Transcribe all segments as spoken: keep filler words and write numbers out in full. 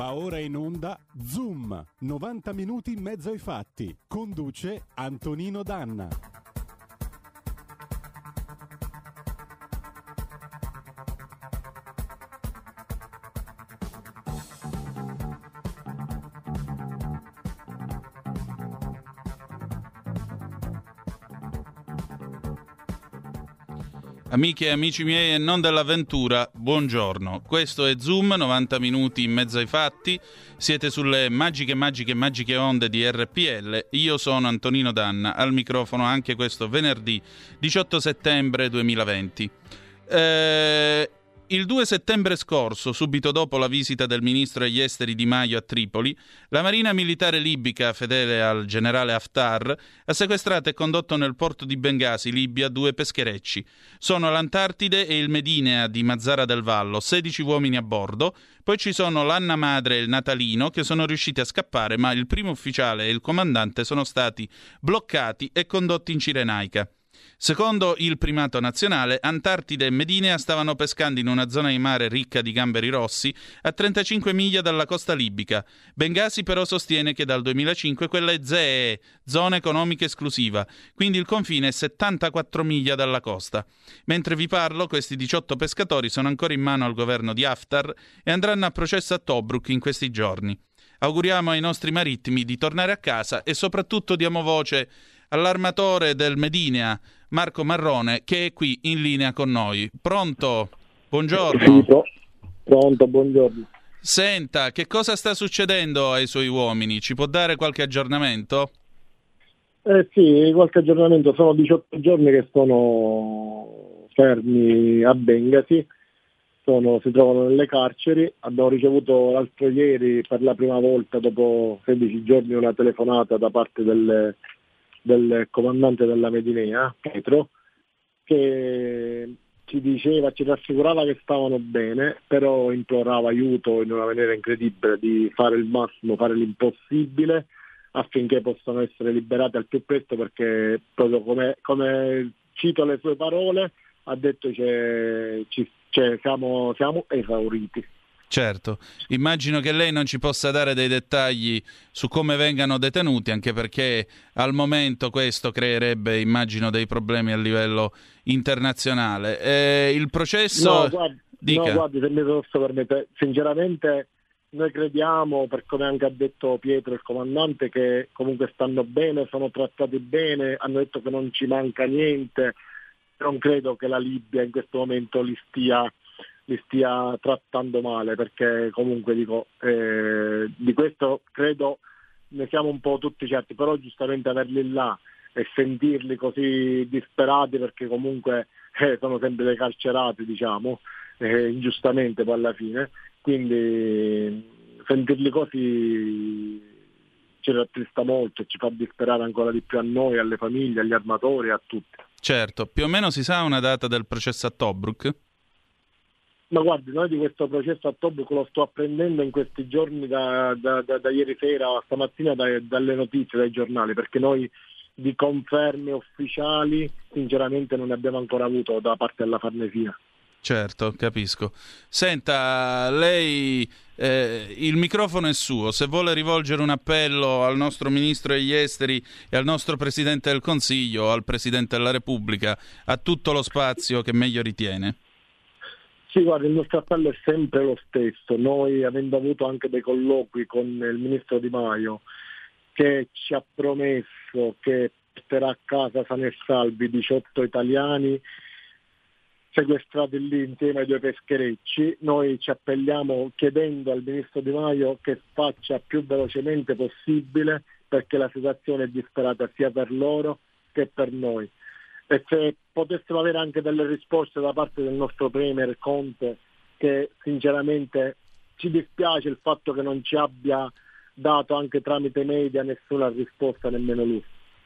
Va ora in onda Zoom, novanta minuti in mezzo ai fatti. Conduce Antonino Danna. Amiche e amici miei e non dell'avventura, buongiorno. Questo è Zoom, novanta minuti in mezzo ai fatti. Siete sulle magiche, magiche, magiche onde di R P L. Io sono Antonino Danna, al microfono anche questo venerdì diciotto settembre duemilaventi. Eh... Il due settembre scorso, subito dopo la visita del ministro degli esteri Di Maio a Tripoli, la marina militare libica, fedele al generale Haftar, ha sequestrato e condotto nel porto di Bengasi, Libia, due pescherecci. Sono l'Antartide e il Medinea di Mazara del Vallo, sedici uomini a bordo. Poi ci sono l'Anna Madre e il Natalino, che sono riusciti a scappare, ma il primo ufficiale e il comandante sono stati bloccati e condotti in Cirenaica. Secondo il primato nazionale, Antartide e Medinea stavano pescando in una zona di mare ricca di gamberi rossi a trentacinque miglia dalla costa libica. Bengasi però sostiene che dal duemilacinque quella è Z E E, zona economica esclusiva, quindi il confine è settantaquattro miglia dalla costa. Mentre vi parlo, questi diciotto pescatori sono ancora in mano al governo di Haftar e andranno a processo a Tobruk in questi giorni. Auguriamo ai nostri marittimi di tornare a casa e soprattutto diamo voce all'armatore del Medinea, Marco Marrone, che è qui in linea con noi. Pronto? Buongiorno. Pronto, buongiorno. Senta, che cosa sta succedendo ai suoi uomini? Ci può dare qualche aggiornamento? Eh sì, qualche aggiornamento. Sono diciotto giorni che sono fermi a Bengasi, sono, si trovano nelle carceri. Abbiamo ricevuto l'altro ieri per la prima volta dopo sedici giorni una telefonata da parte del del comandante della Medinea, Pietro, che ci diceva, ci rassicurava che stavano bene, però implorava aiuto in una maniera incredibile di fare il massimo, fare l'impossibile affinché possano essere liberati al più presto, perché proprio come, come cito le sue parole, ha detto che ci, cioè, siamo, siamo esauriti. Certo, immagino che lei non ci possa dare dei dettagli su come vengano detenuti, anche perché al momento questo creerebbe, immagino, dei problemi a livello internazionale. Eh, il processo... No, guardi, no, guardi, se mi posso permettere, sinceramente noi crediamo, per come anche ha detto Pietro, il comandante, che comunque stanno bene, sono trattati bene, hanno detto che non ci manca niente. Non credo che la Libia in questo momento li stia... li stia trattando male, perché comunque dico eh, di questo credo ne siamo un po' tutti certi, però giustamente averli là e sentirli così disperati, perché comunque eh, sono sempre dei carcerati, diciamo, eh, ingiustamente poi alla fine, quindi sentirli così ci rattrista molto e ci fa disperare ancora di più a noi, alle famiglie, agli armatori, a tutti. Certo, più o meno si sa una data del processo a Tobruk? Ma guardi, noi di questo processo a Tobruk lo sto apprendendo in questi giorni da, da, da, da ieri sera a stamattina da, dalle notizie, dai giornali, perché noi di conferme ufficiali sinceramente non ne abbiamo ancora avuto da parte della Farnesina. Certo, capisco. Senta, lei, eh, il microfono è suo, se vuole rivolgere un appello al nostro Ministro degli Esteri e al nostro Presidente del Consiglio, al Presidente della Repubblica, ha tutto lo spazio che meglio ritiene. Sì, guarda, il nostro appello è sempre lo stesso. Noi, avendo avuto anche dei colloqui con il ministro Di Maio, che ci ha promesso che porterà a casa sani e salvi diciotto italiani sequestrati lì insieme ai due pescherecci, noi ci appelliamo chiedendo al ministro Di Maio che faccia più velocemente possibile, perché la situazione è disperata sia per loro che per noi. E se potessimo avere anche delle risposte da parte del nostro premier Conte, che sinceramente ci dispiace il fatto che non ci abbia dato anche tramite media nessuna risposta, nemmeno lui.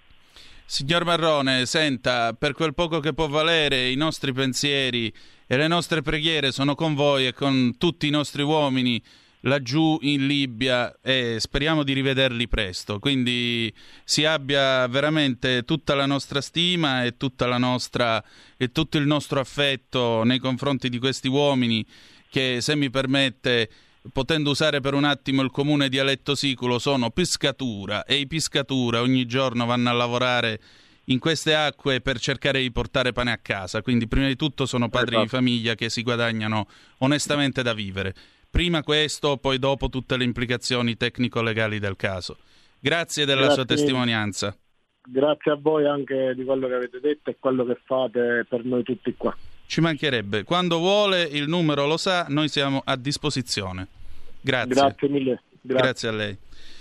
Signor Marrone, senta, per quel poco che può valere, i nostri pensieri e le nostre preghiere sono con voi e con tutti i nostri uomini laggiù in Libia, e speriamo di rivederli presto, quindi si abbia veramente tutta la nostra stima e tutta la nostra e tutto il nostro affetto nei confronti di questi uomini che, se mi permette, potendo usare per un attimo il comune dialetto siculo, sono piscatura, e i piscatura ogni giorno vanno a lavorare in queste acque per cercare di portare pane a casa, quindi prima di tutto sono padri di famiglia che si guadagnano onestamente da vivere. Prima questo, poi dopo tutte le implicazioni tecnico-legali del caso. Grazie della Grazie. sua testimonianza. Grazie a voi anche di quello che avete detto e quello che fate per noi tutti qua. Ci mancherebbe. Quando vuole, il numero lo sa, noi siamo a disposizione. Grazie. Grazie mille. Grazie, Grazie a lei.